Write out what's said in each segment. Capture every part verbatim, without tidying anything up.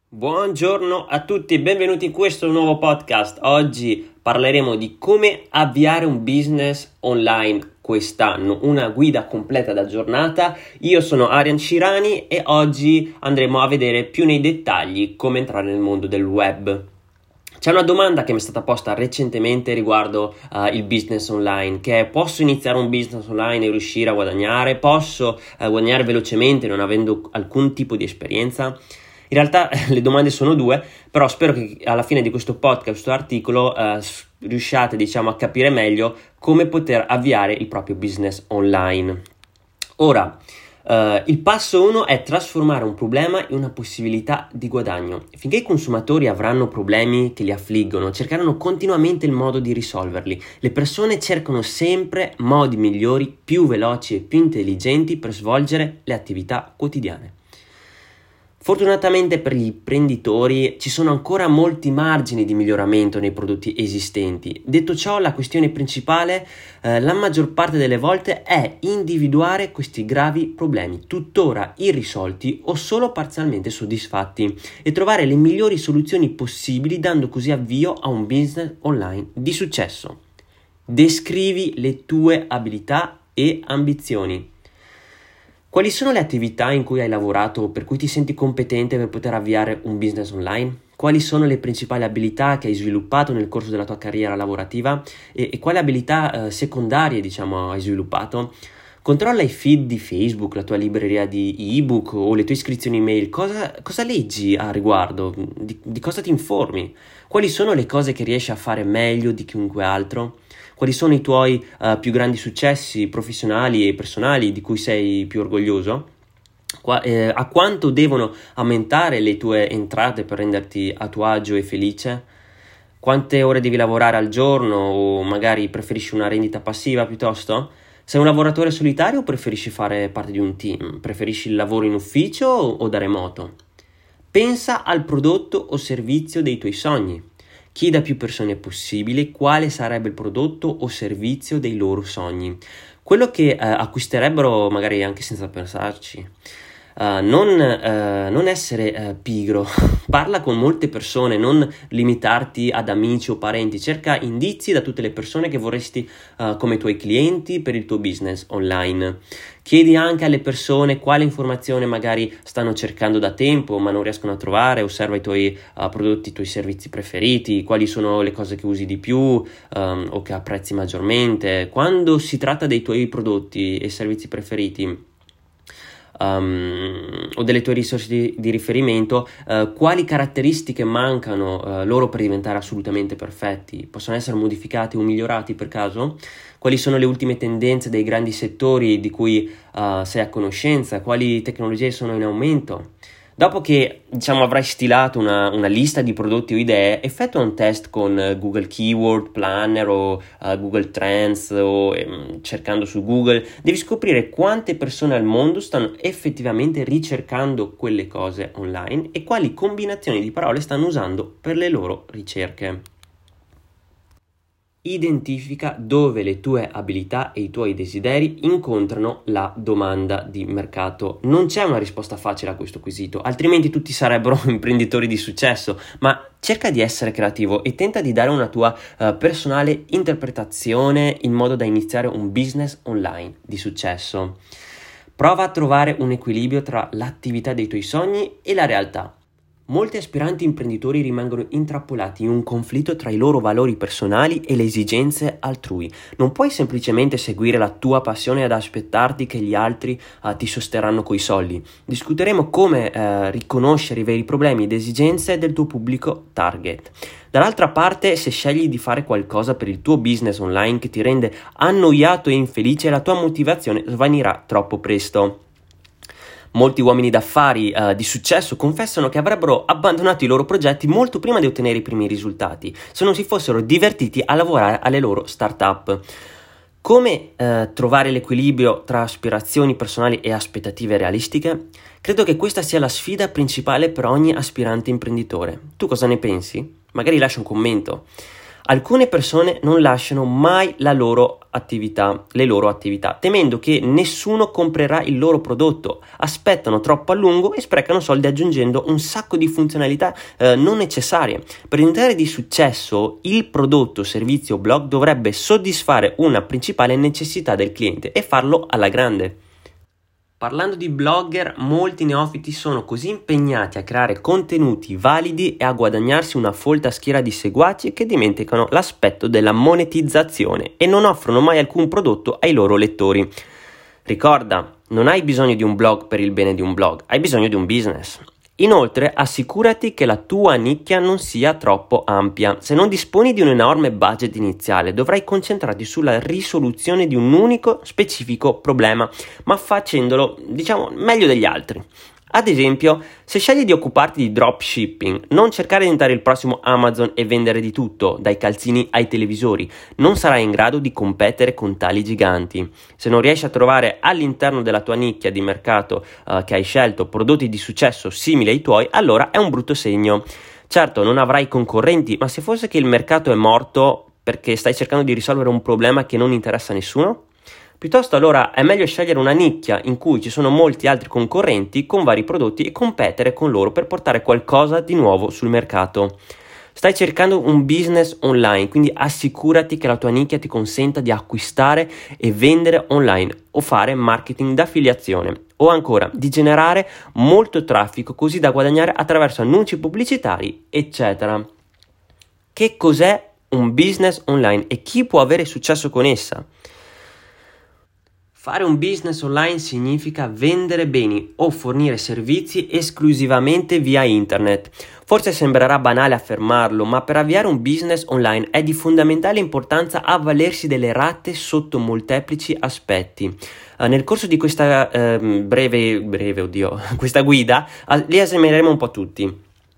Buongiorno a tutti e benvenuti in questo nuovo podcast. Oggi parleremo di come avviare un business online quest'anno, una guida completa da giornata. Io sono Arian Cirani e oggi andremo a vedere più nei dettagli come entrare nel mondo del web. C'è una domanda che mi è stata posta recentemente riguardo uh, il business online, che è: posso iniziare un business online e riuscire a guadagnare? Posso uh, guadagnare velocemente non avendo alcun tipo di esperienza? In realtà le domande sono due, però spero che alla fine di questo podcast, questo articolo, eh, riusciate diciamo a capire meglio come poter avviare il proprio business online. Ora, eh, il passo uno è trasformare un problema in una possibilità di guadagno. Finché i consumatori avranno problemi che li affliggono, cercheranno continuamente il modo di risolverli. Le persone cercano sempre modi migliori, più veloci e più intelligenti per svolgere le attività quotidiane. Fortunatamente per gli imprenditori ci sono ancora molti margini di miglioramento nei prodotti esistenti. Detto ciò, la questione principale, eh, la maggior parte delle volte, è individuare questi gravi problemi, tuttora irrisolti o solo parzialmente soddisfatti, e trovare le migliori soluzioni possibili, dando così avvio a un business online di successo. Descrivi le tue abilità e ambizioni. Quali sono le attività in cui hai lavorato per cui ti senti competente per poter avviare un business online? Quali sono le principali abilità che hai sviluppato nel corso della tua carriera lavorativa e, e quali abilità eh, secondarie, diciamo, hai sviluppato? Controlla i feed di Facebook, la tua libreria di ebook o le tue iscrizioni email. Cosa, cosa leggi a riguardo? Di, di cosa ti informi? Quali sono le cose che riesci a fare meglio di chiunque altro? Quali sono i tuoi uh, più grandi successi professionali e personali di cui sei più orgoglioso? Qua, eh, a quanto devono aumentare le tue entrate per renderti a tuo agio e felice? Quante ore devi lavorare al giorno, o magari preferisci una rendita passiva piuttosto? Sei un lavoratore solitario o preferisci fare parte di un team? Preferisci il lavoro in ufficio o, o da remoto? Pensa al prodotto o servizio dei tuoi sogni. Chieda a più persone possibile quale sarebbe il prodotto o servizio dei loro sogni, quello che eh, acquisterebbero magari anche senza pensarci. Uh, non, uh, non essere uh, pigro, parla con molte persone, non limitarti ad amici o parenti, cerca indizi da tutte le persone che vorresti uh, come tuoi clienti per il tuo business online. Chiedi anche alle persone quale informazione magari stanno cercando da tempo ma non riescono a trovare. Osserva i tuoi uh, prodotti, i tuoi servizi preferiti, quali sono le cose che usi di più um, o che apprezzi maggiormente. Quando si tratta dei tuoi prodotti e servizi preferiti, Um, o delle tue risorse di, di riferimento, uh, quali caratteristiche mancano uh, loro per diventare assolutamente perfetti? Possono essere modificati o migliorati per caso? Quali sono le ultime tendenze dei grandi settori di cui uh, sei a conoscenza? Quali tecnologie sono in aumento? Dopo che diciamo avrai stilato una, una lista di prodotti o idee, effettua un test con uh, Google Keyword Planner o uh, Google Trends o um, cercando su Google. Devi scoprire quante persone al mondo stanno effettivamente ricercando quelle cose online e quali combinazioni di parole stanno usando per le loro ricerche. Identifica dove le tue abilità e i tuoi desideri incontrano la domanda di mercato. Non c'è una risposta facile a questo quesito, altrimenti tutti sarebbero imprenditori di successo, ma cerca di essere creativo e tenta di dare una tua uh, personale interpretazione in modo da iniziare un business online di successo. Prova a trovare un equilibrio tra l'attività dei tuoi sogni e la realtà. Molti aspiranti imprenditori rimangono intrappolati in un conflitto tra i loro valori personali e le esigenze altrui. Non puoi semplicemente seguire la tua passione ed aspettarti che gli altri uh, ti sosterranno coi soldi. Discuteremo come uh, riconoscere i veri problemi ed esigenze del tuo pubblico target. Dall'altra parte, se scegli di fare qualcosa per il tuo business online che ti rende annoiato e infelice, la tua motivazione svanirà troppo presto. Molti uomini d'affari uh, di successo confessano che avrebbero abbandonato i loro progetti molto prima di ottenere i primi risultati, se non si fossero divertiti a lavorare alle loro start-up. Come uh, trovare l'equilibrio tra aspirazioni personali e aspettative realistiche? Credo che questa sia la sfida principale per ogni aspirante imprenditore. Tu cosa ne pensi? Magari lascia un commento. Alcune persone non lasciano mai la loro attività, le loro attività, temendo che nessuno comprerà il loro prodotto, aspettano troppo a lungo e sprecano soldi aggiungendo un sacco di funzionalità eh, non necessarie. Per diventare di successo, il prodotto, servizio o blog dovrebbe soddisfare una principale necessità del cliente e farlo alla grande. Parlando di blogger, molti neofiti sono così impegnati a creare contenuti validi e a guadagnarsi una folta schiera di seguaci che dimenticano l'aspetto della monetizzazione e non offrono mai alcun prodotto ai loro lettori. Ricorda, non hai bisogno di un blog per il bene di un blog, hai bisogno di un business. Inoltre, assicurati che la tua nicchia non sia troppo ampia. Se non disponi di un enorme budget iniziale, dovrai concentrarti sulla risoluzione di un unico specifico problema, ma facendolo, diciamo, meglio degli altri. Ad esempio, se scegli di occuparti di dropshipping, non cercare di diventare il prossimo Amazon e vendere di tutto, dai calzini ai televisori. Non sarai in grado di competere con tali giganti. Se non riesci a trovare all'interno della tua nicchia di mercato uh, che hai scelto prodotti di successo simili ai tuoi, allora è un brutto segno. Certo, non avrai concorrenti, ma se fosse che il mercato è morto perché stai cercando di risolvere un problema che non interessa a nessuno? Piuttosto allora è meglio scegliere una nicchia in cui ci sono molti altri concorrenti con vari prodotti e competere con loro per portare qualcosa di nuovo sul mercato. Stai cercando un business online, quindi assicurati che la tua nicchia ti consenta di acquistare e vendere online o fare marketing d'affiliazione o ancora di generare molto traffico così da guadagnare attraverso annunci pubblicitari, eccetera. Che cos'è un business online e chi può avere successo con essa? Fare un business online significa vendere beni o fornire servizi esclusivamente via internet. Forse sembrerà banale affermarlo, ma per avviare un business online è di fondamentale importanza avvalersi delle rate sotto molteplici aspetti. Uh, nel corso di questa uh, breve, breve, oddio, questa guida uh, li esamineremo un po' tutti.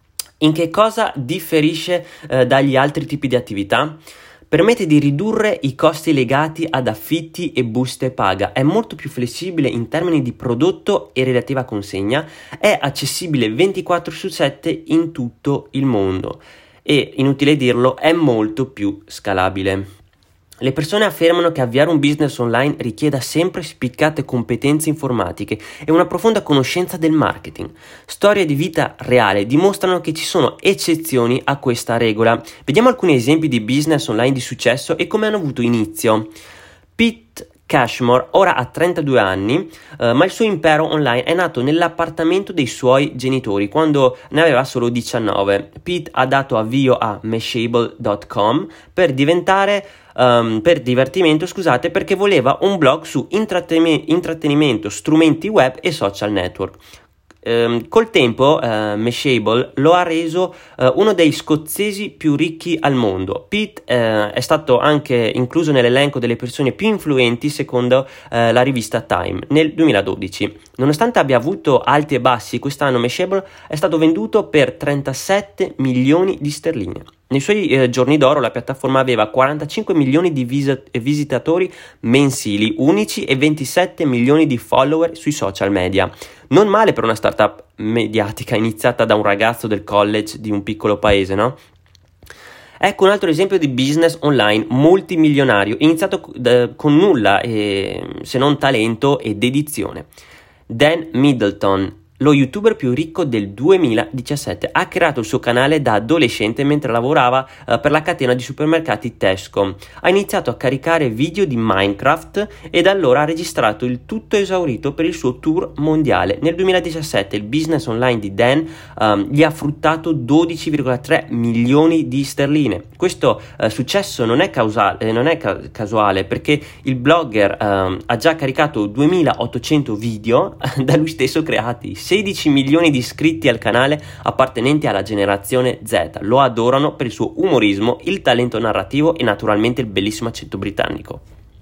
In che cosa differisce uh, dagli altri tipi di attività? Permette di ridurre i costi legati ad affitti e buste paga, è molto più flessibile in termini di prodotto e relativa consegna, è accessibile ventiquattro su sette in tutto il mondo e, inutile dirlo, è molto più scalabile. Le persone affermano che avviare un business online richieda sempre spiccate competenze informatiche e una profonda conoscenza del marketing. Storie di vita reale dimostrano che ci sono eccezioni a questa regola. Vediamo alcuni esempi di business online di successo e come hanno avuto inizio. Pete Cashmore ora ha trentadue anni, eh, ma il suo impero online è nato nell'appartamento dei suoi genitori quando ne aveva solo diciannove. Pete ha dato avvio a Mashable punto com per diventare Um, per divertimento, scusate, perché voleva un blog su intratteni- intrattenimento, strumenti web e social network. Um, col tempo uh, Mashable lo ha reso uh, uno dei scozzesi più ricchi al mondo. Pete uh, è stato anche incluso nell'elenco delle persone più influenti secondo uh, la rivista Time nel duemiladodici. Nonostante abbia avuto alti e bassi, quest'anno Mashable è stato venduto per trentasette milioni di sterline. Nei suoi eh, giorni d'oro la piattaforma aveva quarantacinque milioni di vis- visitatori mensili unici e ventisette milioni di follower sui social media. Non male per una startup mediatica iniziata da un ragazzo del college di un piccolo paese, no? Ecco un altro esempio di business online multimilionario, iniziato c- con nulla eh, se non talento e dedizione. Dan Middleton, lo youtuber più ricco del duemiladiciassette, ha creato il suo canale da adolescente mentre lavorava uh, per la catena di supermercati Tesco. Ha iniziato a caricare video di Minecraft e da allora ha registrato il tutto esaurito per il suo tour mondiale. Nel duemiladiciassette il business online di Dan um, gli ha fruttato dodici virgola tre milioni di sterline. Questo uh, successo non è, causale, non è ca- casuale perché il blogger um, ha già caricato duemilaottocento video da lui stesso creati. sedici milioni di iscritti al canale appartenenti alla generazione Z. Lo adorano per il suo umorismo, il talento narrativo e naturalmente il bellissimo accento britannico.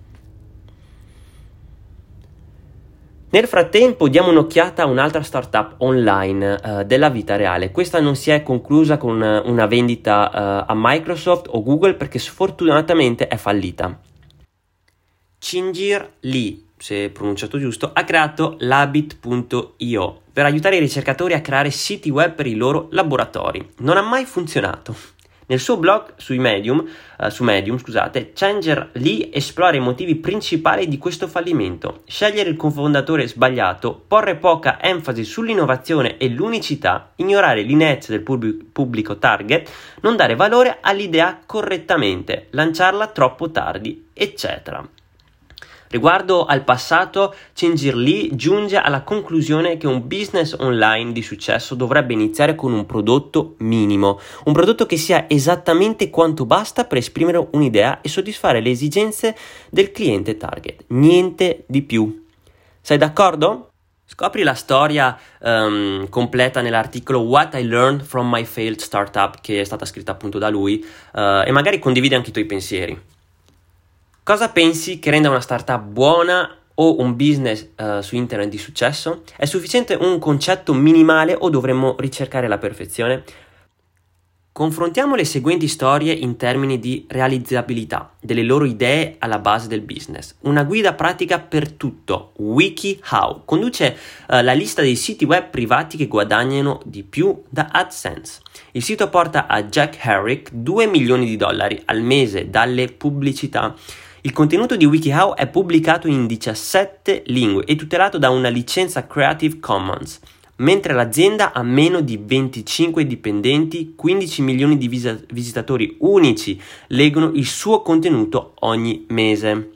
Nel frattempo diamo un'occhiata a un'altra startup online uh, della vita reale. Questa non si è conclusa con uh, una vendita uh, a Microsoft o Google perché sfortunatamente è fallita. Chinjir Lee, se pronunciato giusto, ha creato Labit punto io per aiutare i ricercatori a creare siti web per i loro laboratori. Non ha mai funzionato. Nel suo blog sui Medium, uh, su Medium, scusate, Changer Lee esplora i motivi principali di questo fallimento. Scegliere il cofondatore sbagliato, porre poca enfasi sull'innovazione e l'unicità, ignorare l'inerzia del pub- pubblico target, non dare valore all'idea correttamente, lanciarla troppo tardi, eccetera. Riguardo al passato, Changer Lee giunge alla conclusione che un business online di successo dovrebbe iniziare con un prodotto minimo, un prodotto che sia esattamente quanto basta per esprimere un'idea e soddisfare le esigenze del cliente target, niente di più. Sei d'accordo? Scopri la storia um, completa nell'articolo What I Learned from My Failed Startup, che è stata scritta appunto da lui, uh, e magari condividi anche i tuoi pensieri. Cosa pensi che renda una startup buona o un business uh, su internet di successo? È sufficiente un concetto minimale o dovremmo ricercare la perfezione? Confrontiamo le seguenti storie in termini di realizzabilità delle loro idee alla base del business. Una guida pratica per tutto, WikiHow, conduce uh, la lista dei siti web privati che guadagnano di più da AdSense. Il sito porta a Jack Herrick due milioni di dollari al mese dalle pubblicità. Il contenuto di WikiHow è pubblicato in diciassette lingue e tutelato da una licenza Creative Commons, mentre l'azienda ha meno di venticinque dipendenti, quindici milioni di vis- visitatori unici leggono il suo contenuto ogni mese.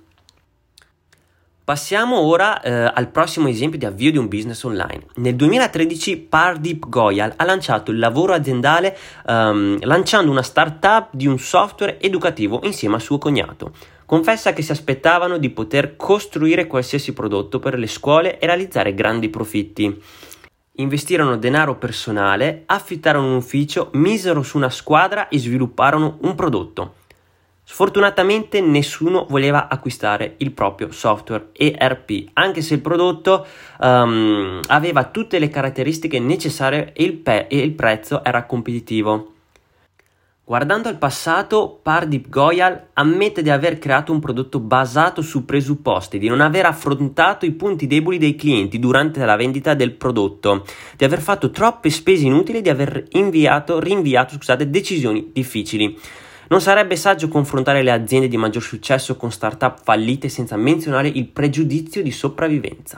Passiamo ora eh, al prossimo esempio di avvio di un business online. Nel duemilatredici Pardeep Goyal ha lanciato il lavoro aziendale um, lanciando una startup di un software educativo insieme a suo cognato. Confessa che si aspettavano di poter costruire qualsiasi prodotto per le scuole e realizzare grandi profitti. Investirono denaro personale, affittarono un ufficio, misero su una squadra e svilupparono un prodotto. Sfortunatamente nessuno voleva acquistare il proprio software E R P, anche se il prodotto um, aveva tutte le caratteristiche necessarie e il, pe- e il prezzo era competitivo. Guardando al passato, Pardeep Goyal ammette di aver creato un prodotto basato su presupposti, di non aver affrontato i punti deboli dei clienti durante la vendita del prodotto, di aver fatto troppe spese inutili e di aver inviato, rinviato scusate, decisioni difficili. Non sarebbe saggio confrontare le aziende di maggior successo con startup fallite senza menzionare il pregiudizio di sopravvivenza.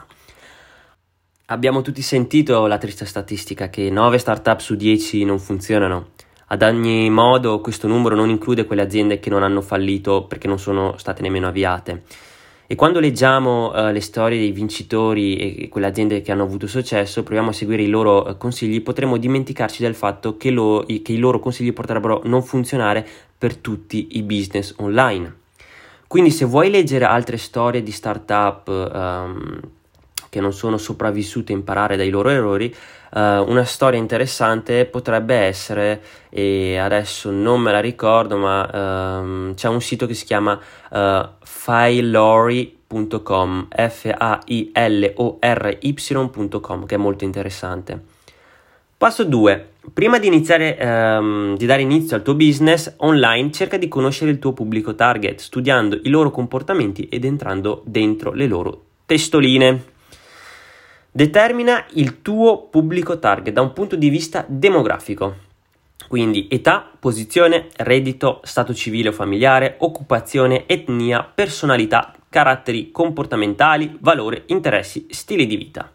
Abbiamo tutti sentito la triste statistica che nove startup su dieci non funzionano. Ad ogni modo, questo numero non include quelle aziende che non hanno fallito perché non sono state nemmeno avviate. E quando leggiamo uh, le storie dei vincitori e quelle aziende che hanno avuto successo, proviamo a seguire i loro uh, consigli, potremmo dimenticarci del fatto che, lo, i, che i loro consigli potrebbero non funzionare per tutti i business online. Quindi se vuoi leggere altre storie di startup um, che non sono sopravvissute e imparare dai loro errori, uh, una storia interessante potrebbe essere, e adesso non me la ricordo, ma um, c'è un sito che si chiama uh, Failory punto com, F A I L O R Y punto com, che è molto interessante. Passo due. Prima di iniziare um, di dare inizio al tuo business online, cerca di conoscere il tuo pubblico target, studiando i loro comportamenti ed entrando dentro le loro testoline. Determina il tuo pubblico target da un punto di vista demografico, quindi età, posizione, reddito, stato civile o familiare, occupazione, etnia, personalità, caratteri comportamentali, valore, interessi, stili di vita.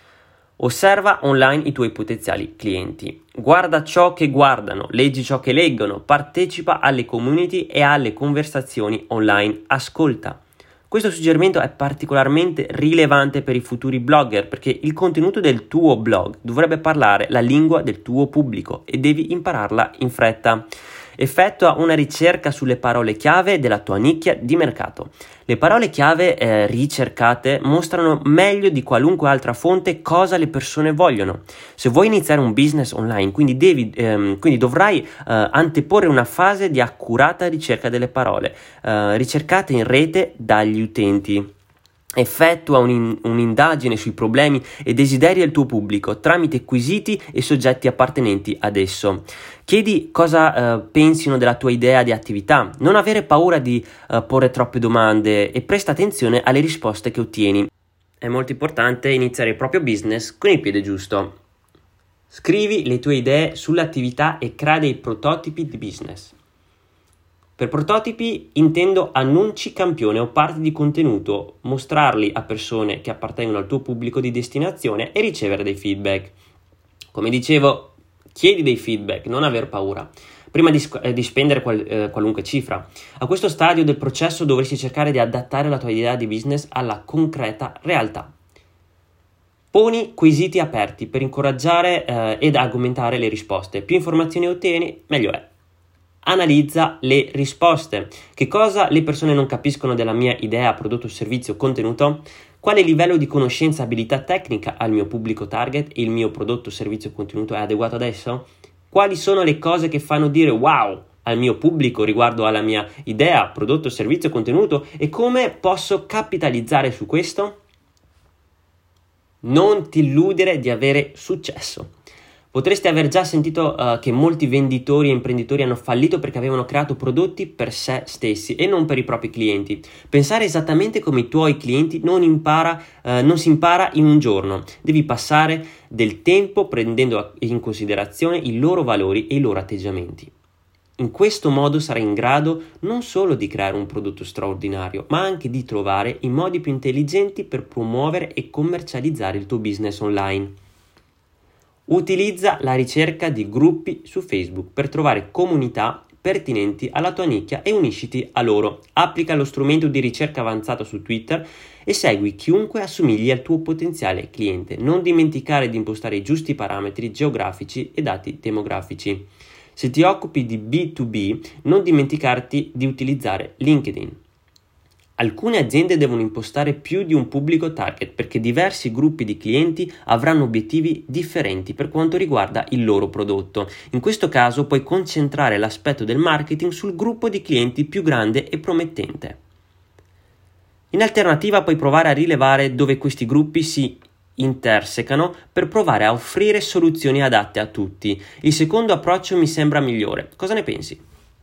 Osserva online i tuoi potenziali clienti, guarda ciò che guardano, leggi ciò che leggono, partecipa alle community e alle conversazioni online, ascolta. Questo suggerimento è particolarmente rilevante per i futuri blogger perché il contenuto del tuo blog dovrebbe parlare la lingua del tuo pubblico e devi impararla in fretta. Effettua una ricerca sulle parole chiave della tua nicchia di mercato. Le parole chiave eh, ricercate mostrano meglio di qualunque altra fonte cosa le persone vogliono. Se vuoi iniziare un business online, quindi, devi, ehm, quindi dovrai eh, anteporre una fase di accurata ricerca delle parole, eh, ricercate in rete dagli utenti. Effettua un, un'indagine sui problemi e desideri del tuo pubblico tramite quesiti e soggetti appartenenti ad esso. Chiedi cosa eh, pensino della tua idea di attività, non avere paura di eh, porre troppe domande e presta attenzione alle risposte che ottieni. È molto importante iniziare il proprio business con il piede giusto. Scrivi le tue idee sull'attività e crea dei prototipi di business. Per prototipi intendo annunci campione o parti di contenuto, mostrarli a persone che appartengono al tuo pubblico di destinazione e ricevere dei feedback. Come dicevo, chiedi dei feedback, non aver paura, prima di, eh, di spendere qual, eh, qualunque cifra. A questo stadio del processo dovresti cercare di adattare la tua idea di business alla concreta realtà. Poni quesiti aperti per incoraggiare eh, ed argomentare le risposte. Più informazioni ottieni, meglio è. Analizza le risposte. Che cosa le persone non capiscono della mia idea, prodotto, servizio, contenuto? Quale livello di conoscenza e abilità tecnica ha il mio pubblico target e il mio prodotto, servizio, contenuto è adeguato ad esso? Quali sono le cose che fanno dire wow al mio pubblico riguardo alla mia idea, prodotto, servizio, contenuto e come posso capitalizzare su questo? Non ti illudere di avere successo. Potresti aver già sentito uh, che molti venditori e imprenditori hanno fallito perché avevano creato prodotti per se stessi e non per i propri clienti. Pensare esattamente come i tuoi clienti non, impara, uh, non si impara in un giorno. Devi passare del tempo prendendo in considerazione i loro valori e i loro atteggiamenti. In questo modo sarai in grado non solo di creare un prodotto straordinario, ma anche di trovare i modi più intelligenti per promuovere e commercializzare il tuo business online. Utilizza la ricerca di gruppi su Facebook per trovare comunità pertinenti alla tua nicchia e unisciti a loro. Applica lo strumento di ricerca avanzato su Twitter e segui chiunque assomigli al tuo potenziale cliente. Non dimenticare di impostare i giusti parametri geografici e dati demografici. Se ti occupi di B due B, non dimenticarti di utilizzare LinkedIn. Alcune aziende devono impostare più di un pubblico target perché diversi gruppi di clienti avranno obiettivi differenti per quanto riguarda il loro prodotto. In questo caso puoi concentrare l'aspetto del marketing sul gruppo di clienti più grande e promettente. In alternativa puoi provare a rilevare dove questi gruppi si intersecano per provare a offrire soluzioni adatte a tutti. Il secondo approccio mi sembra migliore. Cosa ne pensi?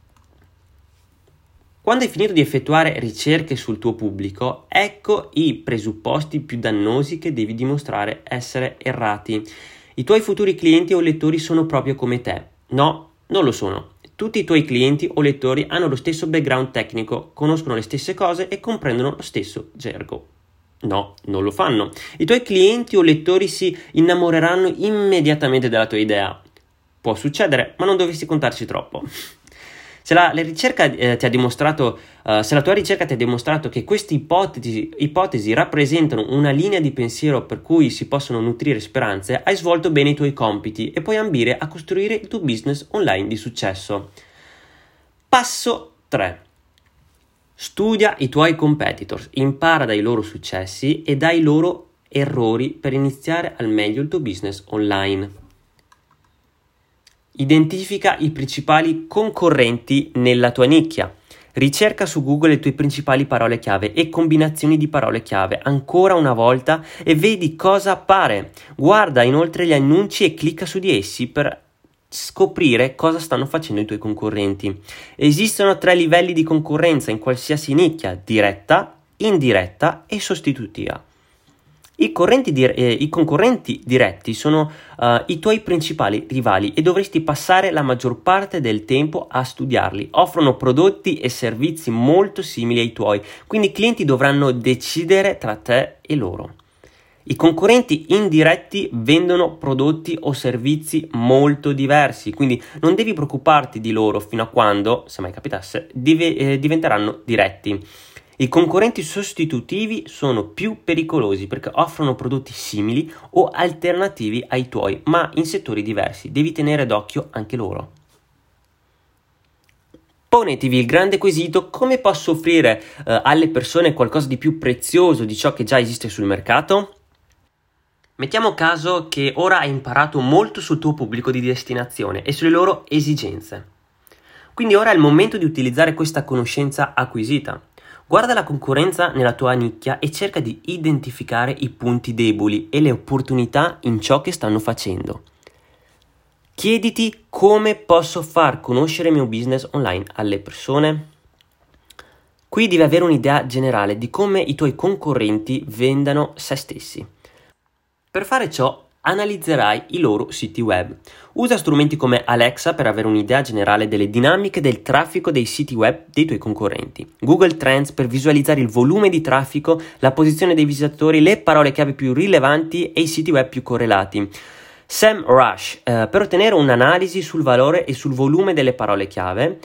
Quando hai finito di effettuare ricerche sul tuo pubblico, ecco i presupposti più dannosi che devi dimostrare essere errati. I tuoi futuri clienti o lettori sono proprio come te. No, non lo sono. Tutti i tuoi clienti o lettori hanno lo stesso background tecnico, conoscono le stesse cose e comprendono lo stesso gergo. No, non lo fanno. I tuoi clienti o lettori si innamoreranno immediatamente della tua idea. Può succedere, ma non dovresti contarci troppo. Se la, la ricerca eh, ti ha dimostrato, uh, se la tua ricerca ti ha dimostrato che queste ipotesi, ipotesi rappresentano una linea di pensiero per cui si possono nutrire speranze, hai svolto bene i tuoi compiti e puoi ambire a costruire il tuo business online di successo. Passo tre. Studia i tuoi competitors, impara dai loro successi e dai loro errori per iniziare al meglio il tuo business online. Identifica i principali concorrenti nella tua nicchia. Ricerca su Google le tue principali parole chiave e combinazioni di parole chiave ancora una volta e vedi cosa appare. Guarda inoltre gli annunci e clicca su di essi per scoprire cosa stanno facendo i tuoi concorrenti. Esistono tre livelli di concorrenza in qualsiasi nicchia: diretta, indiretta e sostitutiva. I, di, eh, I concorrenti diretti sono uh, i tuoi principali rivali e dovresti passare la maggior parte del tempo a studiarli. Offrono prodotti e servizi molto simili ai tuoi, quindi i clienti dovranno decidere tra te e loro. I concorrenti indiretti vendono prodotti o servizi molto diversi, quindi non devi preoccuparti di loro fino a quando, se mai capitasse, div- eh, diventeranno diretti. I concorrenti sostitutivi sono più pericolosi perché offrono prodotti simili o alternativi ai tuoi, ma in settori diversi. Devi tenere d'occhio anche loro. Ponetevi il grande quesito: come posso offrire eh, alle persone qualcosa di più prezioso di ciò che già esiste sul mercato? Mettiamo caso che ora hai imparato molto sul tuo pubblico di destinazione e sulle loro esigenze. Quindi ora è il momento di utilizzare questa conoscenza acquisita. Guarda la concorrenza nella tua nicchia e cerca di identificare i punti deboli e le opportunità in ciò che stanno facendo. Chiediti: come posso far conoscere il mio business online alle persone? Qui devi avere un'idea generale di come i tuoi concorrenti vendano se stessi. Per fare ciò, Analizzerai i loro siti web. Usa strumenti come Alexa per avere un'idea generale delle dinamiche del traffico dei siti web dei tuoi concorrenti. Google Trends per visualizzare il volume di traffico, la posizione dei visitatori, le parole chiave più rilevanti e i siti web più correlati. SEMrush eh, per ottenere un'analisi sul valore e sul volume delle parole chiave.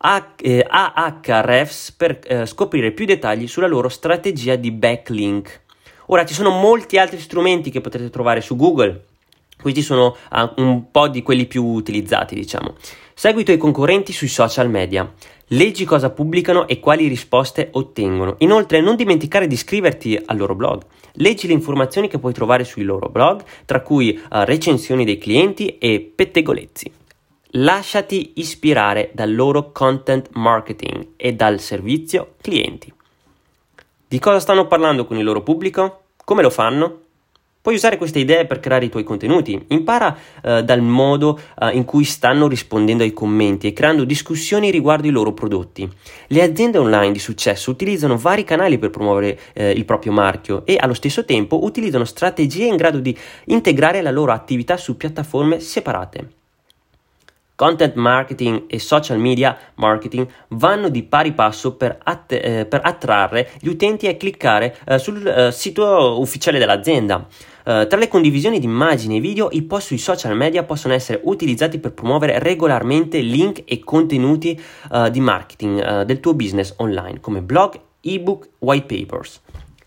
Ahrefs per eh, scoprire più dettagli sulla loro strategia di backlink. Ora, ci sono molti altri strumenti che potrete trovare su Google. Questi sono uh, un po' di quelli più utilizzati, diciamo. Segui i tuoi concorrenti sui social media. Leggi cosa pubblicano e quali risposte ottengono. Inoltre, non dimenticare di iscriverti al loro blog. Leggi le informazioni che puoi trovare sui loro blog, tra cui uh, recensioni dei clienti e pettegolezzi. Lasciati ispirare dal loro content marketing e dal servizio clienti. Di cosa stanno parlando con il loro pubblico? Come lo fanno? Puoi usare queste idee per creare i tuoi contenuti. Impara eh, dal modo eh, in cui stanno rispondendo ai commenti e creando discussioni riguardo i loro prodotti. Le aziende online di successo utilizzano vari canali per promuovere eh, il proprio marchio e allo stesso tempo utilizzano strategie in grado di integrare la loro attività su piattaforme separate. Content marketing e social media marketing vanno di pari passo per, att- eh, per attrarre gli utenti a cliccare eh, sul eh, sito ufficiale dell'azienda. Uh, tra le condivisioni di immagini e video, i post sui social media possono essere utilizzati per promuovere regolarmente link e contenuti uh, di marketing uh, del tuo business online, come blog, ebook, white papers.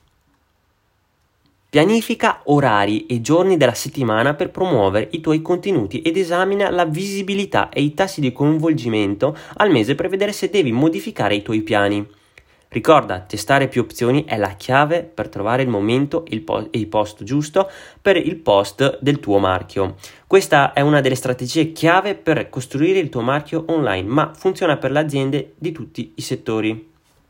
Pianifica orari e giorni della settimana per promuovere i tuoi contenuti ed esamina la visibilità e i tassi di coinvolgimento al mese per vedere se devi modificare i tuoi piani. Ricorda, testare più opzioni è la chiave per trovare il momento e il, po- e il post giusto per il post del tuo marchio. Questa è una delle strategie chiave per costruire il tuo marchio online, ma funziona per le aziende di tutti i settori.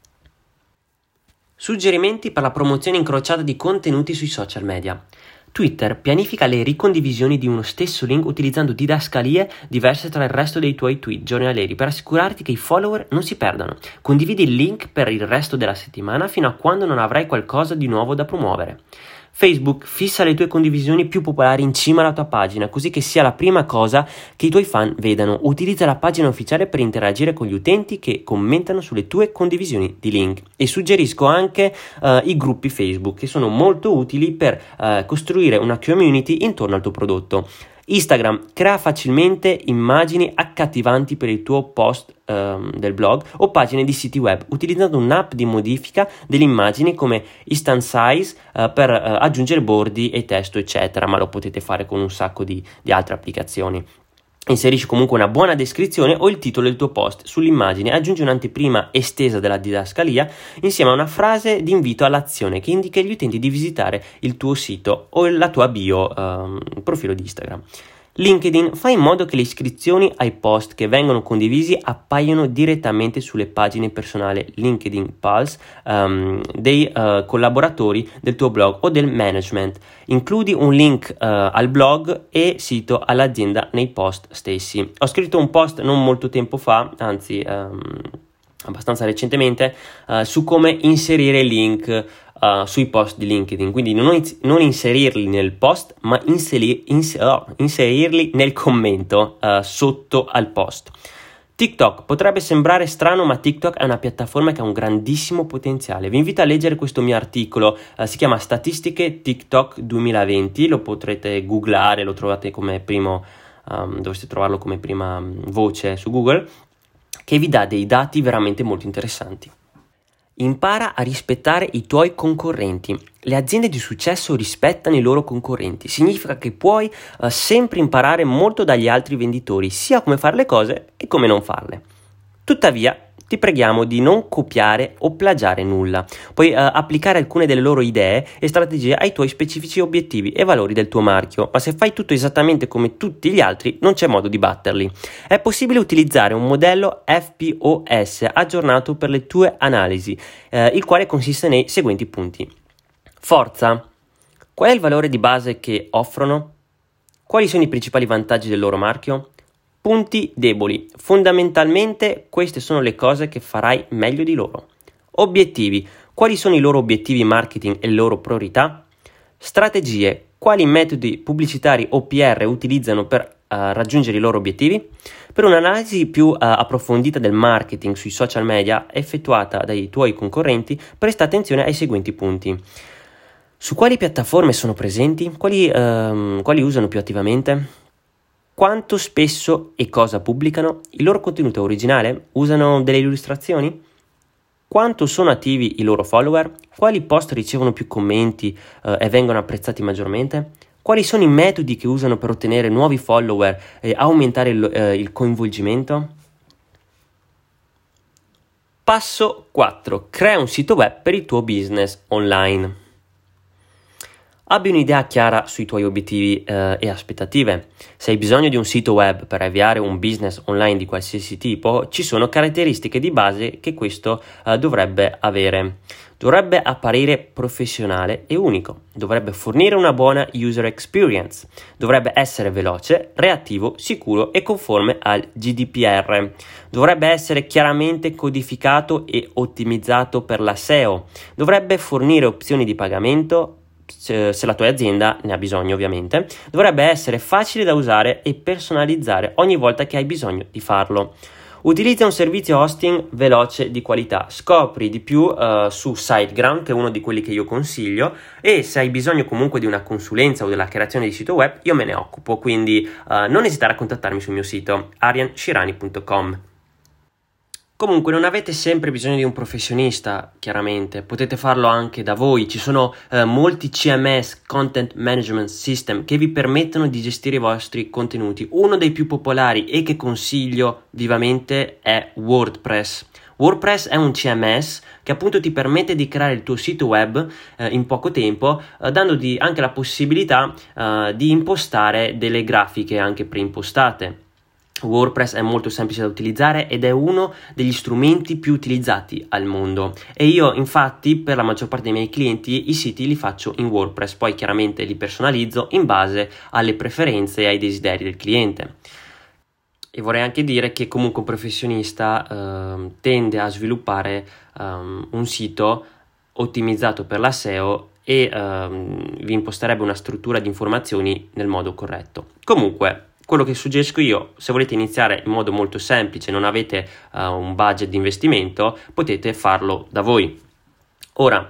Suggerimenti per la promozione incrociata di contenuti sui social media. Twitter pianifica le ricondivisioni di uno stesso link utilizzando didascalie diverse tra il resto dei tuoi tweet giornalieri per assicurarti che i follower non si perdano. Condividi il link per il resto della settimana fino a quando non avrai qualcosa di nuovo da promuovere. Facebook fissa le tue condivisioni più popolari in cima alla tua pagina, così che sia la prima cosa che i tuoi fan vedano. Utilizza la pagina ufficiale per interagire con gli utenti che commentano sulle tue condivisioni di link. E suggerisco anche uh, i gruppi Facebook, che sono molto utili per uh, costruire una community intorno al tuo prodotto. Instagram crea facilmente immagini accattivanti per il tuo post um, del blog o pagine di siti web, utilizzando un'app di modifica delle immagini come Instant Size uh, per uh, aggiungere bordi e testo, eccetera, ma lo potete fare con un sacco di, di altre applicazioni. Inserisci comunque una buona descrizione o il titolo del tuo post sull'immagine, aggiungi un'anteprima estesa della didascalia insieme a una frase di invito all'azione che indica agli utenti di visitare il tuo sito o la tua bio, um, profilo di Instagram. LinkedIn fa in modo che le iscrizioni ai post che vengono condivisi appaiano direttamente sulle pagine personali LinkedIn Pulse um, dei uh, collaboratori del tuo blog o del management. Includi un link uh, al blog e sito all'azienda nei post stessi. Ho scritto un post non molto tempo fa, anzi um, abbastanza recentemente, uh, su come inserire link Uh, sui post di LinkedIn, quindi non, non inserirli nel post, ma inseri, ins- oh, inserirli nel commento uh, sotto al post. TikTok potrebbe sembrare strano, ma TikTok è una piattaforma che ha un grandissimo potenziale. Vi invito a leggere questo mio articolo, uh, si chiama Statistiche TikTok duemilaventi, lo potrete googlare, lo trovate come primo, um, dovreste trovarlo come prima um, voce su Google, che vi dà dei dati veramente molto interessanti. Impara a rispettare i tuoi concorrenti. Le aziende di successo rispettano i loro concorrenti. Significa che puoi uh, sempre imparare molto dagli altri venditori, sia come fare le cose e come non farle. Tuttavia, ti preghiamo di non copiare o plagiare nulla. Puoi uh, applicare alcune delle loro idee e strategie ai tuoi specifici obiettivi e valori del tuo marchio, ma se fai tutto esattamente come tutti gli altri, non c'è modo di batterli. È possibile utilizzare un modello F P O S aggiornato per le tue analisi, eh, il quale consiste nei seguenti punti. Forza. Qual è il valore di base che offrono? Quali sono i principali vantaggi del loro marchio? Punti deboli. Fondamentalmente queste sono le cose che farai meglio di loro. Obiettivi. Quali sono i loro obiettivi marketing e le loro priorità? Strategie. quali metodi pubblicitari O P R utilizzano per uh, raggiungere i loro obiettivi. Per un'analisi più uh, approfondita del marketing sui social media effettuata dai tuoi concorrenti, presta attenzione ai seguenti punti. Su quali piattaforme sono presenti? Quali, uh, quali usano più attivamente? Quanto spesso e cosa pubblicano? Il loro contenuto è originale? Usano delle illustrazioni? Quanto sono attivi i loro follower? Quali post ricevono più commenti uh, e vengono apprezzati maggiormente? Quali sono i metodi che usano per ottenere nuovi follower e aumentare il, eh, il coinvolgimento? Passo quattro. Crea un sito web per il tuo business online. Abbi un'idea chiara sui tuoi obiettivi eh, e aspettative. Se hai bisogno di un sito web per avviare un business online di qualsiasi tipo, ci sono caratteristiche di base che questo eh, dovrebbe avere. Dovrebbe apparire professionale e unico. Dovrebbe fornire una buona user experience. Dovrebbe essere veloce, reattivo, sicuro e conforme al G D P R. Dovrebbe essere chiaramente codificato e ottimizzato per la S E O. Dovrebbe fornire opzioni di pagamento, se la tua azienda ne ha bisogno ovviamente. Dovrebbe essere facile da usare e personalizzare ogni volta che hai bisogno di farlo. Utilizza un servizio hosting veloce di qualità. Scopri di più uh, su SiteGround, che è uno di quelli che io consiglio, e se hai bisogno comunque di una consulenza o della creazione di sito web, io me ne occupo, quindi uh, non esitare a contattarmi sul mio sito arian shirani punto com. Comunque non avete sempre bisogno di un professionista, chiaramente, potete farlo anche da voi. Ci sono eh, molti C M S, Content Management System, che vi permettono di gestire i vostri contenuti. Uno dei più popolari e che consiglio vivamente è WordPress. WordPress è un C M S che appunto ti permette di creare il tuo sito web eh, in poco tempo, eh, dandoti anche la possibilità eh, di impostare delle grafiche anche preimpostate. WordPress è molto semplice da utilizzare ed è uno degli strumenti più utilizzati al mondo, e io infatti per la maggior parte dei miei clienti i siti li faccio in WordPress, poi chiaramente li personalizzo in base alle preferenze e ai desideri del cliente. E vorrei anche dire che comunque un professionista eh, tende a sviluppare um, un sito ottimizzato per la S E O e um, vi imposterebbe una struttura di informazioni nel modo corretto. Comunque, quello che suggerisco io, se volete iniziare in modo molto semplice, non avete uh, un budget di investimento, potete farlo da voi. Ora,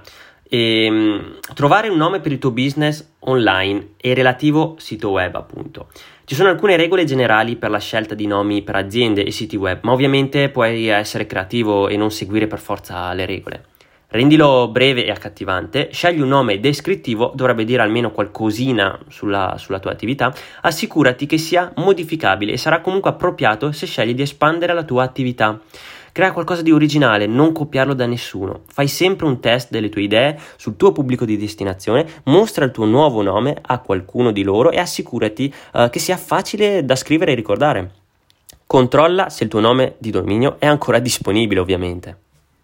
ehm, trovare un nome per il tuo business online e relativo sito web, appunto. Ci sono alcune regole generali per la scelta di nomi per aziende e siti web, ma ovviamente puoi essere creativo e non seguire per forza le regole. Rendilo breve e accattivante, scegli un nome descrittivo, dovrebbe dire almeno qualcosina sulla, sulla tua attività, assicurati che sia modificabile e sarà comunque appropriato se scegli di espandere la tua attività. Crea qualcosa di originale, non copiarlo da nessuno. Fai sempre un test delle tue idee sul tuo pubblico di destinazione, mostra il tuo nuovo nome a qualcuno di loro e assicurati uh, che sia facile da scrivere e ricordare. Controlla se il tuo nome di dominio è ancora disponibile, ovviamente.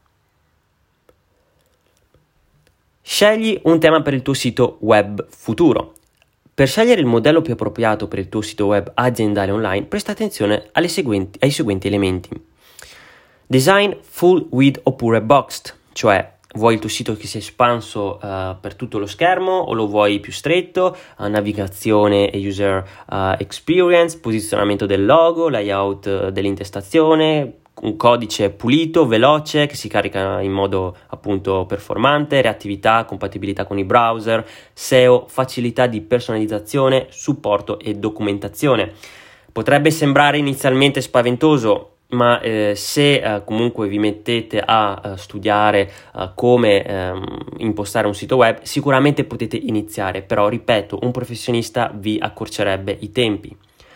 Scegli un tema per il tuo sito web futuro. Per scegliere il modello più appropriato per il tuo sito web aziendale online, presta attenzione alle seguenti, ai seguenti elementi. Design full width oppure boxed, cioè vuoi il tuo sito che sia espanso uh, per tutto lo schermo o lo vuoi più stretto, uh, navigazione e user uh, experience, posizionamento del logo, layout uh, dell'intestazione, un codice pulito, veloce, che si carica in modo appunto performante, reattività, compatibilità con i browser, S E O, facilità di personalizzazione, supporto e documentazione. Potrebbe sembrare inizialmente spaventoso, ma eh, se eh, comunque vi mettete a, a studiare uh, come um, impostare un sito web, sicuramente potete iniziare, però ripeto, un professionista vi accorcerebbe i tempi.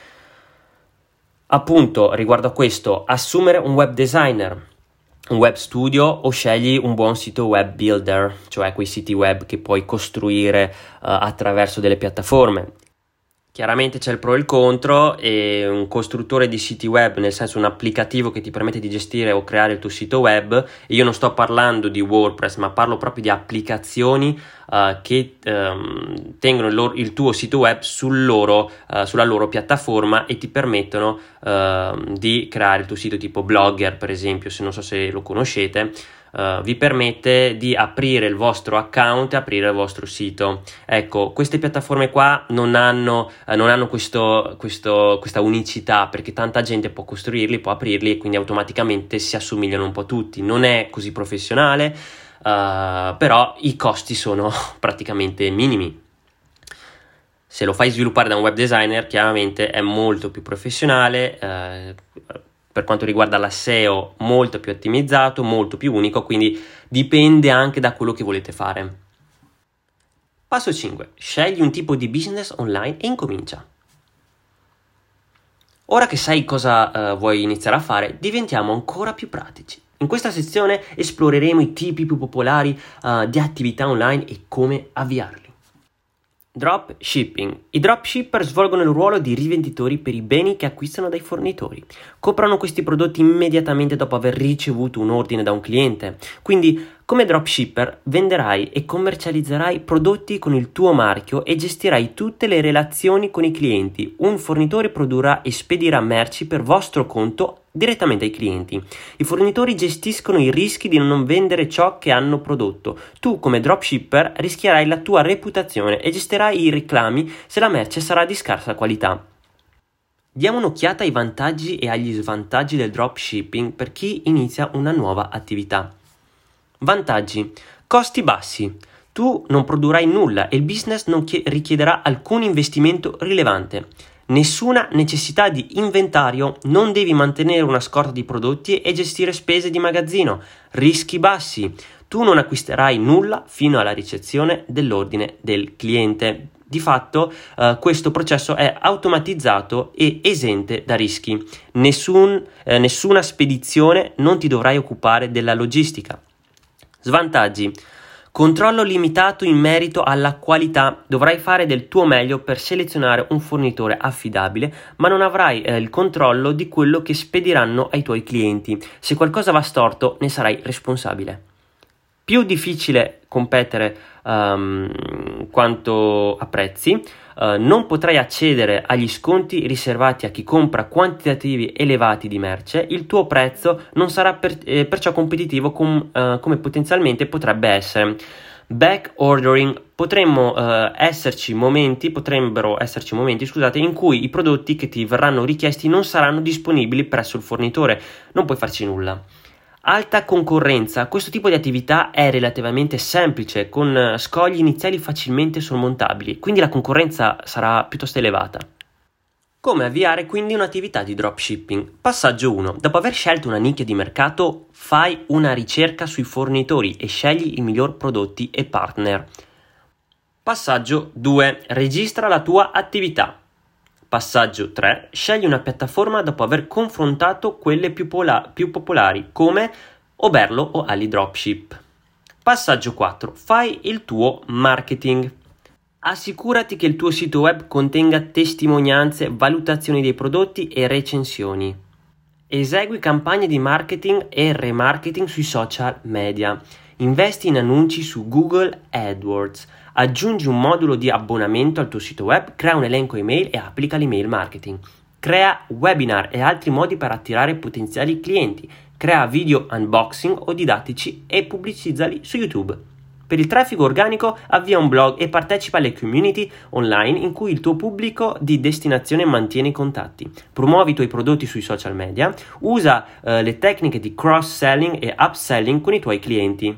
Appunto, riguardo a questo, assumere un web designer, un web studio o scegli un buon sito web builder, cioè quei siti web che puoi costruire uh, attraverso delle piattaforme. Chiaramente c'è il pro e il contro, e un costruttore di siti web, nel senso un applicativo che ti permette di gestire o creare il tuo sito web, e io non sto parlando di WordPress, ma parlo proprio di applicazioni uh, che um, tengono il, loro, il tuo sito web sul loro, uh, sulla loro piattaforma e ti permettono uh, di creare il tuo sito, tipo Blogger per esempio, se non so se lo conoscete. uh, vi permette di aprire il vostro account e aprire il vostro sito. Ecco, queste piattaforme qua non hanno, uh, non hanno questo, questo, questa unicità, perché tanta gente può costruirli, può aprirli e quindi automaticamente si assomigliano un po' tutti. Non è così professionale, uh, però i costi sono praticamente minimi. Se lo fai sviluppare da un web designer, chiaramente è molto più professionale, eh, per quanto riguarda la S E O molto più ottimizzato, molto più unico, quindi dipende anche da quello che volete fare. Passo cinque. Scegli un tipo di business online e incomincia. Ora che sai cosa uh, vuoi iniziare a fare, diventiamo ancora più pratici. In questa sezione esploreremo i tipi più popolari uh, di attività online e come avviarli. Dropshipping. I dropshipper svolgono il ruolo di rivenditori per i beni che acquistano dai fornitori. Comprano questi prodotti immediatamente dopo aver ricevuto un ordine da un cliente. Quindi, come dropshipper, venderai e commercializzerai prodotti con il tuo marchio e gestirai tutte le relazioni con i clienti. Un fornitore produrrà e spedirà merci per vostro conto direttamente ai clienti. I fornitori gestiscono i rischi di non vendere ciò che hanno prodotto. Tu, come dropshipper, rischierai la tua reputazione e gestirai i reclami se la merce sarà di scarsa qualità. Diamo un'occhiata ai vantaggi e agli svantaggi del dropshipping per chi inizia una nuova attività. Vantaggi: costi bassi. Tu non produrrai nulla e il business non richiederà alcun investimento rilevante. Nessuna necessità di inventario, non devi mantenere una scorta di prodotti e gestire spese di magazzino. Rischi bassi. Tu non acquisterai nulla fino alla ricezione dell'ordine del cliente. Di fatto, eh, questo processo è automatizzato e esente da rischi. Nessun, eh, nessuna spedizione, non ti dovrai occupare della logistica. Svantaggi: controllo limitato in merito alla qualità. Dovrai fare del tuo meglio per selezionare un fornitore affidabile, ma non avrai eh, il controllo di quello che spediranno ai tuoi clienti. Se qualcosa va storto, ne sarai responsabile. Più difficile competere um, quanto a prezzi. Uh, non potrai accedere agli sconti riservati a chi compra quantitativi elevati di merce. Il tuo prezzo non sarà per, eh, perciò competitivo com, uh, come potenzialmente potrebbe essere. Back ordering. Potremmo uh, esserci momenti, potrebbero esserci momenti, scusate, in cui i prodotti che ti verranno richiesti non saranno disponibili presso il fornitore. Non puoi farci nulla. Alta concorrenza. Questo tipo di attività è relativamente semplice, con scogli iniziali facilmente sormontabili, quindi la concorrenza sarà piuttosto elevata. Come avviare quindi un'attività di dropshipping? Passaggio uno. Dopo aver scelto una nicchia di mercato, fai una ricerca sui fornitori e scegli i miglior prodotti e partner. Passaggio due. Registra la tua attività. Passaggio tre. Scegli una piattaforma dopo aver confrontato quelle più, pola- più popolari come Oberlo o AliDropship. Passaggio quattro. Fai il tuo marketing. Assicurati che il tuo sito web contenga testimonianze, valutazioni dei prodotti e recensioni. Esegui campagne di marketing e remarketing sui social media. Investi in annunci su Google AdWords. Aggiungi un modulo di abbonamento al tuo sito web, crea un elenco email e applica l'email marketing. Crea webinar e altri modi per attirare potenziali clienti. Crea video unboxing o didattici e pubblicizzali su YouTube. Per il traffico organico, avvia un blog e partecipa alle community online in cui il tuo pubblico di destinazione mantiene i contatti. Promuovi i tuoi prodotti sui social media. Usa eh, le tecniche di cross-selling e upselling con i tuoi clienti.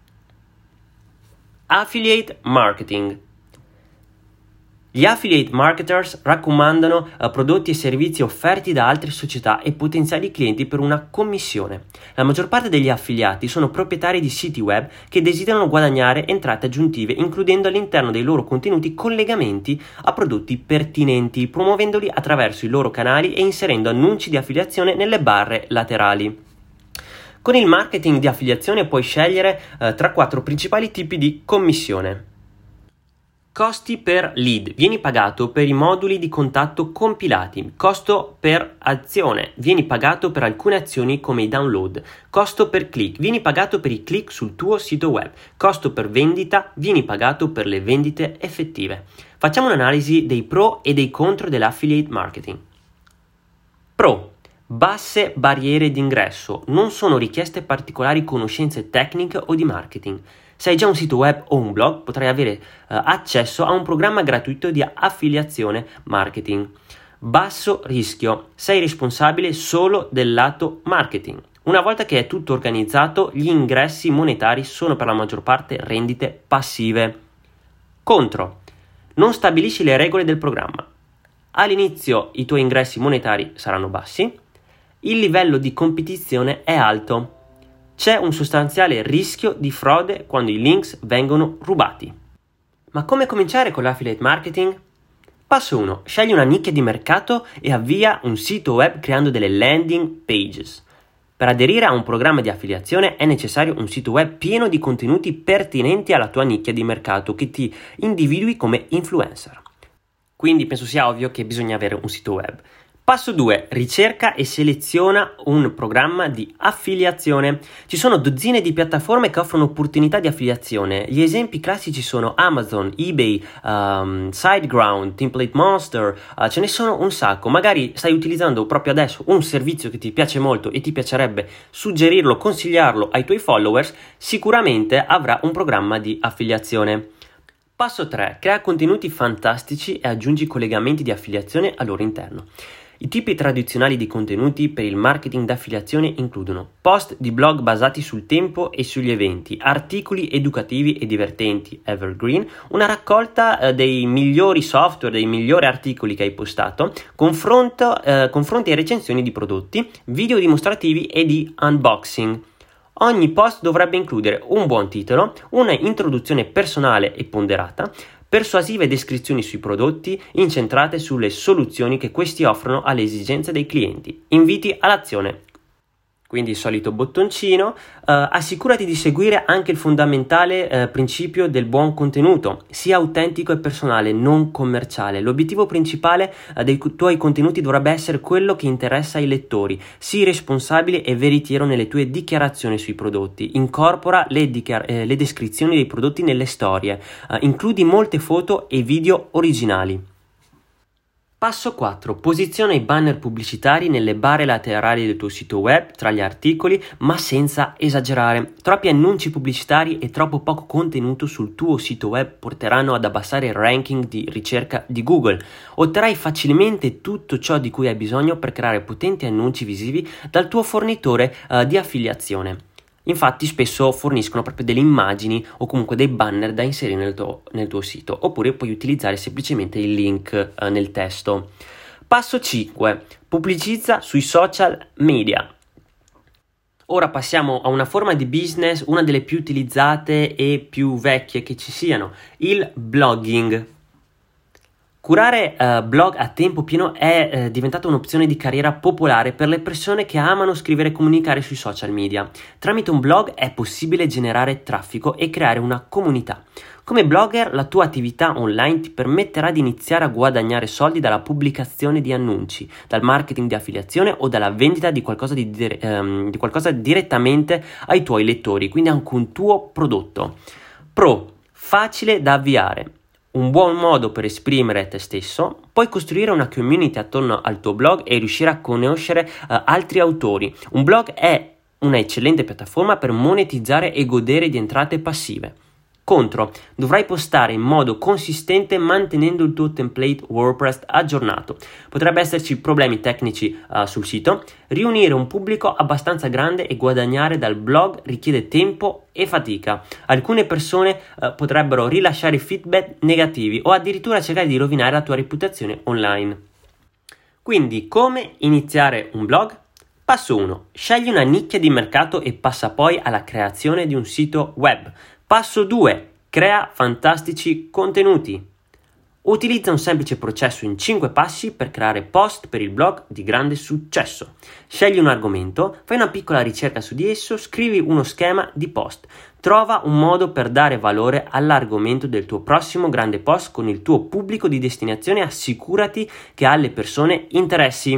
Affiliate marketing. Gli affiliate marketers raccomandano uh, prodotti e servizi offerti da altre società e potenziali clienti per una commissione. La maggior parte degli affiliati sono proprietari di siti web che desiderano guadagnare entrate aggiuntive, includendo all'interno dei loro contenuti collegamenti a prodotti pertinenti, promuovendoli attraverso i loro canali e inserendo annunci di affiliazione nelle barre laterali. Con il marketing di affiliazione puoi scegliere eh, tra quattro principali tipi di commissione. Costi per lead. Vieni pagato per i moduli di contatto compilati. Costo per azione. Vieni pagato per alcune azioni come i download. Costo per click. Vieni pagato per i click sul tuo sito web. Costo per vendita. Vieni pagato per le vendite effettive. Facciamo un'analisi dei pro e dei contro dell'affiliate marketing. Pro. Basse barriere d'ingresso, non sono richieste particolari conoscenze tecniche o di marketing. Se hai già un sito web o un blog, potrai avere eh, accesso a un programma gratuito di affiliazione marketing. Basso rischio, sei responsabile solo del lato marketing. Una volta che è tutto organizzato, gli ingressi monetari sono per la maggior parte rendite passive. Contro, non stabilisci le regole del programma. All'inizio i tuoi ingressi monetari saranno bassi, il livello di competizione è alto. C'è un sostanziale rischio di frode quando i links vengono rubati. Ma come cominciare con l'affiliate marketing? Passo uno. Scegli una nicchia di mercato e avvia un sito web creando delle landing pages. Per aderire a un programma di affiliazione è necessario un sito web pieno di contenuti pertinenti alla tua nicchia di mercato che ti individui come influencer. Quindi penso sia ovvio che bisogna avere un sito web. Passo due. Ricerca e seleziona un programma di affiliazione. Ci sono dozzine di piattaforme che offrono opportunità di affiliazione. Gli esempi classici sono Amazon, eBay, um, SiteGround, Template Monster, uh, ce ne sono un sacco. Magari stai utilizzando proprio adesso un servizio che ti piace molto e ti piacerebbe suggerirlo, consigliarlo ai tuoi followers, sicuramente avrà un programma di affiliazione. Passo tre. Crea contenuti fantastici e aggiungi collegamenti di affiliazione al loro interno. I tipi tradizionali di contenuti per il marketing d'affiliazione includono post di blog basati sul tempo e sugli eventi, articoli educativi e divertenti, evergreen, una raccolta eh, dei migliori software, dei migliori articoli che hai postato, confronto, eh, confronti e recensioni di prodotti, video dimostrativi e di unboxing. Ogni post dovrebbe includere un buon titolo, una introduzione personale e ponderata, persuasive descrizioni sui prodotti incentrate sulle soluzioni che questi offrono alle esigenze dei clienti, inviti all'azione. Quindi il solito bottoncino, uh, assicurati di seguire anche il fondamentale uh, principio del buon contenuto, sia autentico e personale, non commerciale. L'obiettivo principale uh, dei tuoi contenuti dovrebbe essere quello che interessa ai lettori. Sii responsabile e veritiero nelle tue dichiarazioni sui prodotti. Incorpora le, dichiar- eh, le descrizioni dei prodotti nelle storie. Uh, includi molte foto e video originali. Passo quattro. Posiziona i banner pubblicitari nelle barre laterali del tuo sito web, tra gli articoli, ma senza esagerare. Troppi annunci pubblicitari e troppo poco contenuto sul tuo sito web porteranno ad abbassare il ranking di ricerca di Google. Otterrai facilmente tutto ciò di cui hai bisogno per creare potenti annunci visivi dal tuo fornitore uh, di affiliazione. Infatti spesso forniscono proprio delle immagini o comunque dei banner da inserire nel tuo, nel tuo sito, oppure puoi utilizzare semplicemente il link eh, nel testo. Passo cinque. Pubblicizza sui social media. Ora passiamo a una forma di business, una delle più utilizzate e più vecchie che ci siano, il blogging. Curare uh, blog a tempo pieno è uh, diventata un'opzione di carriera popolare per le persone che amano scrivere e comunicare sui social media. Tramite un blog è possibile generare traffico e creare una comunità. Come blogger, la tua attività online ti permetterà di iniziare a guadagnare soldi dalla pubblicazione di annunci, dal marketing di affiliazione o dalla vendita di qualcosa, di, dire- um, di qualcosa direttamente ai tuoi lettori, quindi anche un tuo prodotto. Pro, facile da avviare. Un buon modo per esprimere te stesso, puoi costruire una community attorno al tuo blog e riuscire a conoscere uh, altri autori. Un blog è una eccellente piattaforma per monetizzare e godere di entrate passive. Contro, dovrai postare in modo consistente mantenendo il tuo template WordPress aggiornato. Potrebbe esserci problemi tecnici uh, sul sito. Riunire un pubblico abbastanza grande e guadagnare dal blog richiede tempo e fatica. Alcune persone uh, potrebbero rilasciare feedback negativi o addirittura cercare di rovinare la tua reputazione online. Quindi, come iniziare un blog? Passo uno. Scegli una nicchia di mercato e passa poi alla creazione di un sito web. Passo due. Crea fantastici contenuti. Utilizza un semplice processo in cinque passi per creare post per il blog di grande successo. Scegli un argomento, fai una piccola ricerca su di esso, scrivi uno schema di post. Trova un modo per dare valore all'argomento del tuo prossimo grande post con il tuo pubblico di destinazione e assicurati che alle persone interessi.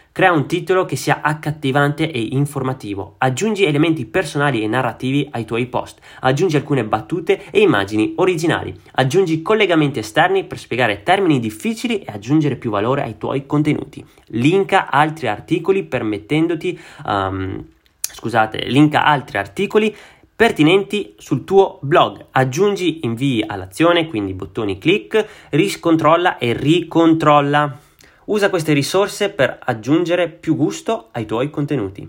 Crea un titolo che sia accattivante e informativo. Aggiungi elementi personali e narrativi ai tuoi post. Aggiungi alcune battute e immagini originali. Aggiungi collegamenti esterni per spiegare termini difficili e aggiungere più valore ai tuoi contenuti. Linka altri articoli permettendoti, um, scusate, linka altri articoli pertinenti sul tuo blog. Aggiungi invii all'azione, quindi bottoni click, riscontrolla e ricontrolla. Usa queste risorse per aggiungere più gusto ai tuoi contenuti.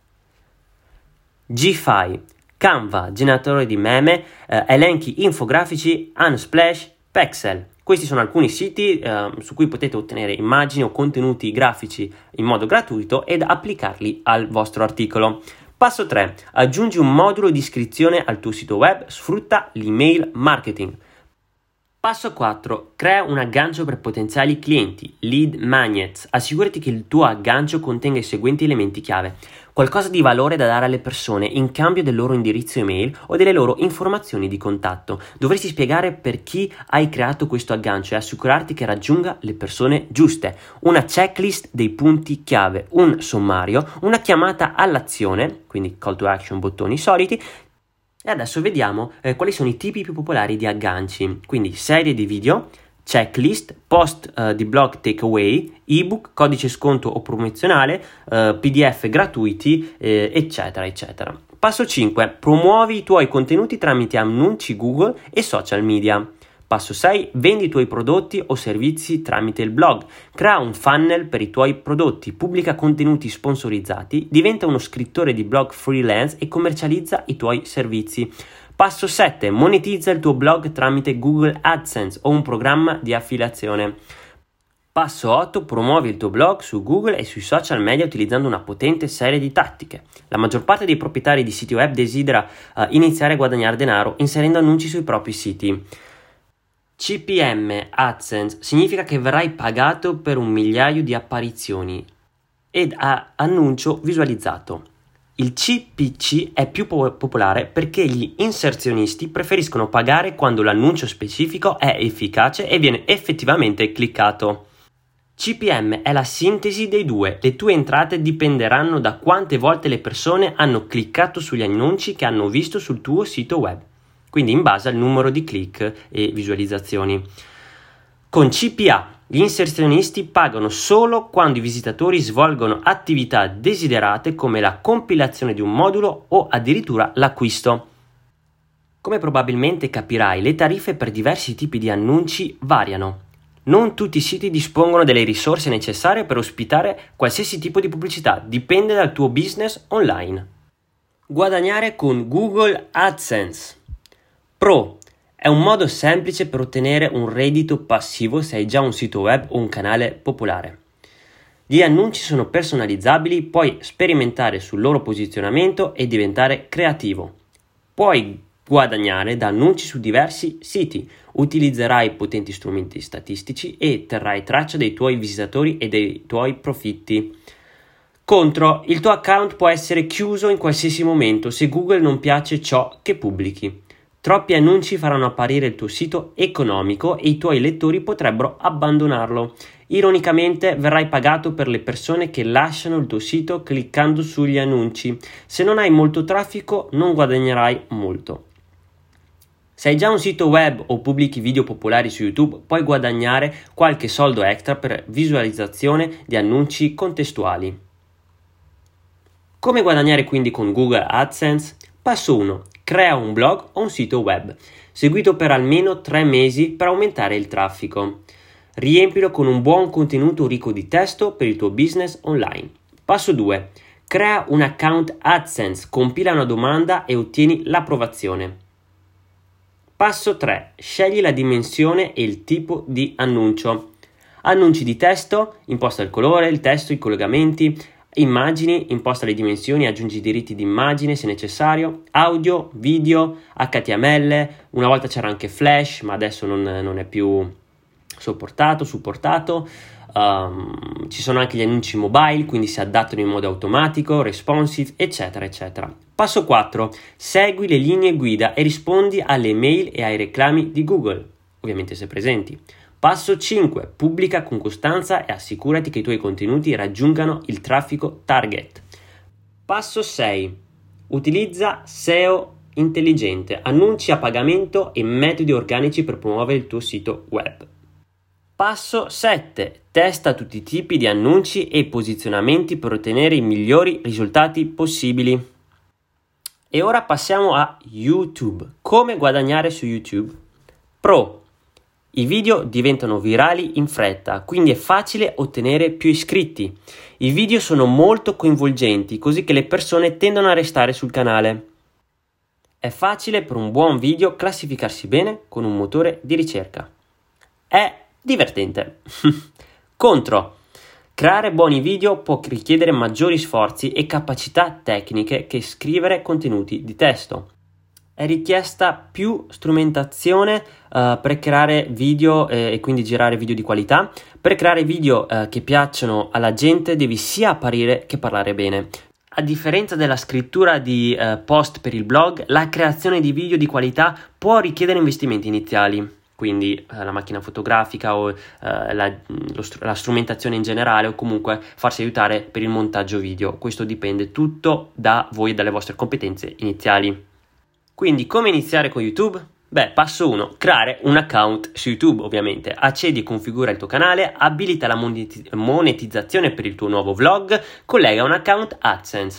Giphy, Canva, generatore di meme, eh, elenchi infografici, Unsplash, Pexel. Questi sono alcuni siti eh, su cui potete ottenere immagini o contenuti grafici in modo gratuito ed applicarli al vostro articolo. Passo tre. Aggiungi un modulo di iscrizione al tuo sito web, sfrutta l'email marketing. Passo quattro. Crea un aggancio per potenziali clienti, lead magnets. Assicurati che il tuo aggancio contenga i seguenti elementi chiave. Qualcosa di valore da dare alle persone in cambio del loro indirizzo email o delle loro informazioni di contatto. Dovresti spiegare per chi hai creato questo aggancio e assicurarti che raggiunga le persone giuste. Una checklist dei punti chiave, un sommario, una chiamata all'azione, quindi call to action, bottoni soliti. E adesso vediamo eh, quali sono i tipi più popolari di agganci, quindi serie di video, checklist, post eh, di blog takeaway, ebook, codice sconto o promozionale, eh, P D F gratuiti, eh, eccetera, eccetera. Passo cinque. Promuovi i tuoi contenuti tramite annunci Google e social media. Passo sei. Vendi i tuoi prodotti o servizi tramite il blog. Crea un funnel per i tuoi prodotti, pubblica contenuti sponsorizzati, diventa uno scrittore di blog freelance e commercializza i tuoi servizi. Passo sette. Monetizza il tuo blog tramite Google AdSense o un programma di affiliazione. Passo otto. Promuovi il tuo blog su Google e sui social media utilizzando una potente serie di tattiche. La maggior parte dei proprietari di siti web desidera uh, iniziare a guadagnare denaro inserendo annunci sui propri siti. C P M AdSense significa che verrai pagato per un migliaio di apparizioni ed a annuncio visualizzato. Il C P C è più po- popolare perché gli inserzionisti preferiscono pagare quando l'annuncio specifico è efficace e viene effettivamente cliccato. C P M è la sintesi dei due. Le tue entrate dipenderanno da quante volte le persone hanno cliccato sugli annunci che hanno visto sul tuo sito web, quindi in base al numero di click e visualizzazioni. Con C P A gli inserzionisti pagano solo quando i visitatori svolgono attività desiderate come la compilazione di un modulo o addirittura l'acquisto. Come probabilmente capirai, le tariffe per diversi tipi di annunci variano. Non tutti i siti dispongono delle risorse necessarie per ospitare qualsiasi tipo di pubblicità, dipende dal tuo business online. Guadagnare con Google AdSense. Pro. È un modo semplice per ottenere un reddito passivo se hai già un sito web o un canale popolare. Gli annunci sono personalizzabili, puoi sperimentare sul loro posizionamento e diventare creativo. Puoi guadagnare da annunci su diversi siti, utilizzerai potenti strumenti statistici e terrai traccia dei tuoi visitatori e dei tuoi profitti. Contro, il tuo account può essere chiuso in qualsiasi momento se Google non piace ciò che pubblichi. Troppi annunci faranno apparire il tuo sito economico e i tuoi lettori potrebbero abbandonarlo. Ironicamente, verrai pagato per le persone che lasciano il tuo sito cliccando sugli annunci. Se non hai molto traffico, non guadagnerai molto. Se hai già un sito web o pubblichi video popolari su YouTube, puoi guadagnare qualche soldo extra per visualizzazione di annunci contestuali. Come guadagnare quindi con Google AdSense? Passo uno. Crea un blog o un sito web, seguito per almeno tre mesi per aumentare il traffico. Riempilo con un buon contenuto ricco di testo per il tuo business online. Passo due. Crea un account AdSense, compila una domanda e ottieni l'approvazione. Passo tre. Scegli la dimensione e il tipo di annuncio. Annunci di testo, imposta il colore, il testo, i collegamenti. Immagini, imposta le dimensioni, aggiungi i diritti di immagine se necessario. Audio, video, H T M L, una volta c'era anche Flash, ma adesso non, non è più sopportato, supportato. Um, ci sono anche gli annunci mobile, quindi si adattano in modo automatico, responsive, eccetera, eccetera. Passo quattro. Segui le linee guida e rispondi alle mail e ai reclami di Google, ovviamente se presenti. Passo cinque. Pubblica con costanza e assicurati che i tuoi contenuti raggiungano il traffico target. Passo sei. Utilizza S E O intelligente, annunci a pagamento e metodi organici per promuovere il tuo sito web. Passo sette. Testa tutti i tipi di annunci e posizionamenti per ottenere i migliori risultati possibili. E ora passiamo a YouTube. Come guadagnare su YouTube? Pro. I video diventano virali in fretta, quindi è facile ottenere più iscritti. I video sono molto coinvolgenti, così che le persone tendono a restare sul canale. È facile per un buon video classificarsi bene con un motore di ricerca. È divertente. Contro. Creare buoni video può richiedere maggiori sforzi e capacità tecniche che scrivere contenuti di testo. È richiesta più strumentazione uh, per creare video eh, e quindi girare video di qualità. Per creare video uh, che piacciono alla gente devi sia apparire che parlare bene. A differenza della scrittura di uh, post per il blog, la creazione di video di qualità può richiedere investimenti iniziali. Quindi uh, la macchina fotografica o uh, la, lo, la strumentazione in generale, o comunque farsi aiutare per il montaggio video. Questo dipende tutto da voi e dalle vostre competenze iniziali. Quindi come iniziare con YouTube? Beh, passo uno, creare un account su YouTube ovviamente. Accedi e configura il tuo canale, abilita la monetizzazione per il tuo nuovo vlog, collega un account AdSense.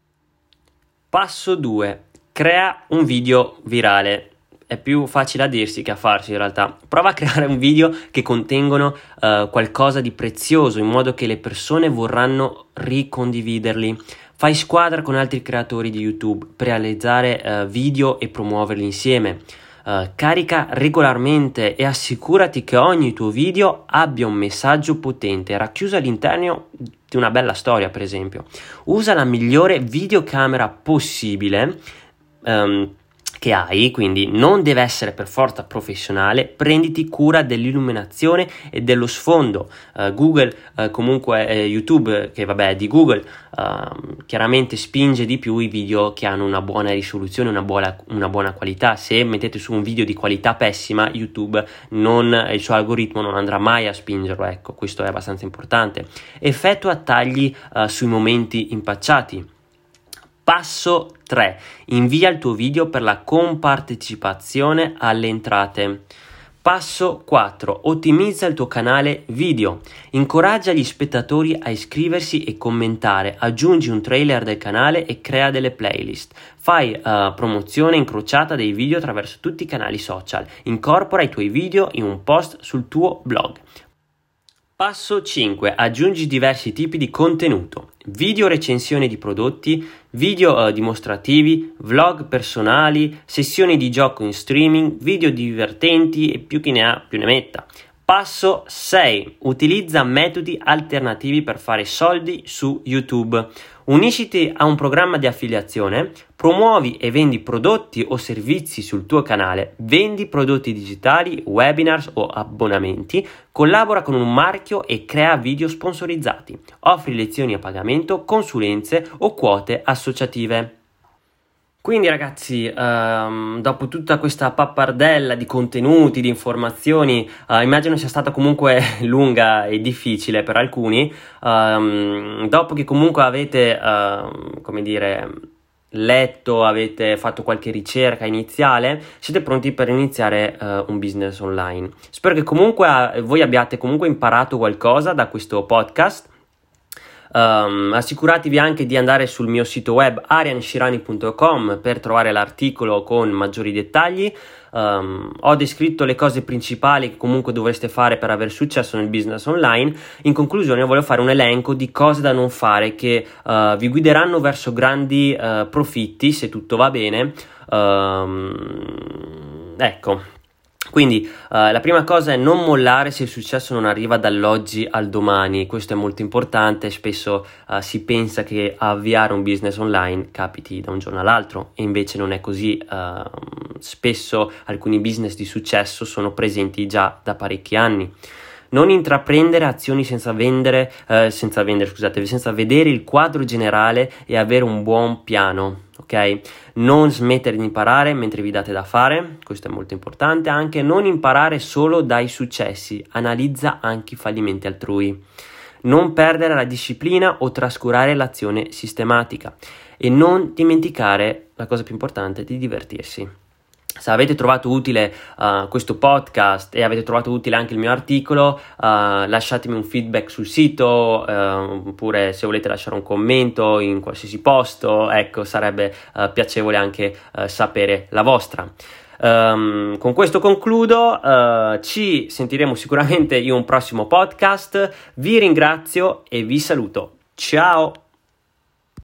Passo due, crea un video virale. È più facile a dirsi che a farsi in realtà. Prova a creare un video che contengono uh, qualcosa di prezioso in modo che le persone vorranno ricondividerli. Fai squadra con altri creatori di YouTube per realizzare uh, video e promuoverli insieme. Uh, carica regolarmente e assicurati che ogni tuo video abbia un messaggio potente racchiuso all'interno di una bella storia, per esempio. Usa la migliore videocamera possibile um, che hai, quindi non deve essere per forza professionale. Prenditi cura dell'illuminazione e dello sfondo. uh, Google uh, comunque eh, YouTube, che vabbè è di Google, uh, chiaramente spinge di più i video che hanno una buona risoluzione, una buona, una buona qualità. Se mettete su un video di qualità pessima, YouTube non, il suo algoritmo non andrà mai a spingerlo, ecco, questo è abbastanza importante. Effettua tagli uh, sui momenti impacciati. Passo tre. Invia il tuo video per la compartecipazione alle entrate. Passo quattro. Ottimizza il tuo canale video. Incoraggia gli spettatori a iscriversi e commentare. Aggiungi un trailer del canale e crea delle playlist. Fai uh, promozione incrociata dei video attraverso tutti i canali social. Incorpora i tuoi video in un post sul tuo blog. Passo cinque. Aggiungi diversi tipi di contenuto. Video recensioni di prodotti, video uh, dimostrativi, vlog personali, sessioni di gioco in streaming, video divertenti e più chi ne ha più ne metta. Passo sei. Utilizza metodi alternativi per fare soldi su YouTube. Unisciti a un programma di affiliazione, promuovi e vendi prodotti o servizi sul tuo canale, vendi prodotti digitali, webinars o abbonamenti, collabora con un marchio e crea video sponsorizzati, offri lezioni a pagamento, consulenze o quote associative. Quindi ragazzi, um, dopo tutta questa pappardella di contenuti, di informazioni, uh, immagino sia stata comunque lunga e difficile per alcuni. Um, dopo che comunque avete, uh, come dire, letto, avete fatto qualche ricerca iniziale, siete pronti per iniziare uh, un business online. Spero che comunque uh, voi abbiate comunque imparato qualcosa da questo podcast. Um, assicuratevi anche di andare sul mio sito web arian shirani punto com per trovare l'articolo con maggiori dettagli. Um, ho descritto le cose principali che comunque dovreste fare per avere successo nel business online. In conclusione voglio fare un elenco di cose da non fare che uh, vi guideranno verso grandi uh, profitti se tutto va bene. Um, ecco. Quindi uh, la prima cosa è non mollare se il successo non arriva dall'oggi al domani. Questo è molto importante. Spesso uh, si pensa che avviare un business online capiti da un giorno all'altro e invece non è così. Uh, spesso alcuni business di successo sono presenti già da parecchi anni. Non intraprendere azioni senza vendere, eh, senza vendere, scusate, senza vedere il quadro generale e avere un buon piano, ok? Non smettere di imparare mentre vi date da fare, questo è molto importante anche. Non imparare solo dai successi, analizza anche i fallimenti altrui. Non perdere la disciplina o trascurare l'azione sistematica e non dimenticare la cosa più importante, di divertirsi. Se avete trovato utile uh, questo podcast e avete trovato utile anche il mio articolo, uh, lasciatemi un feedback sul sito, uh, oppure se volete lasciare un commento in qualsiasi posto, ecco, sarebbe uh, piacevole anche uh, sapere la vostra. Um, con questo concludo, uh, ci sentiremo sicuramente in un prossimo podcast, vi ringrazio e vi saluto, ciao!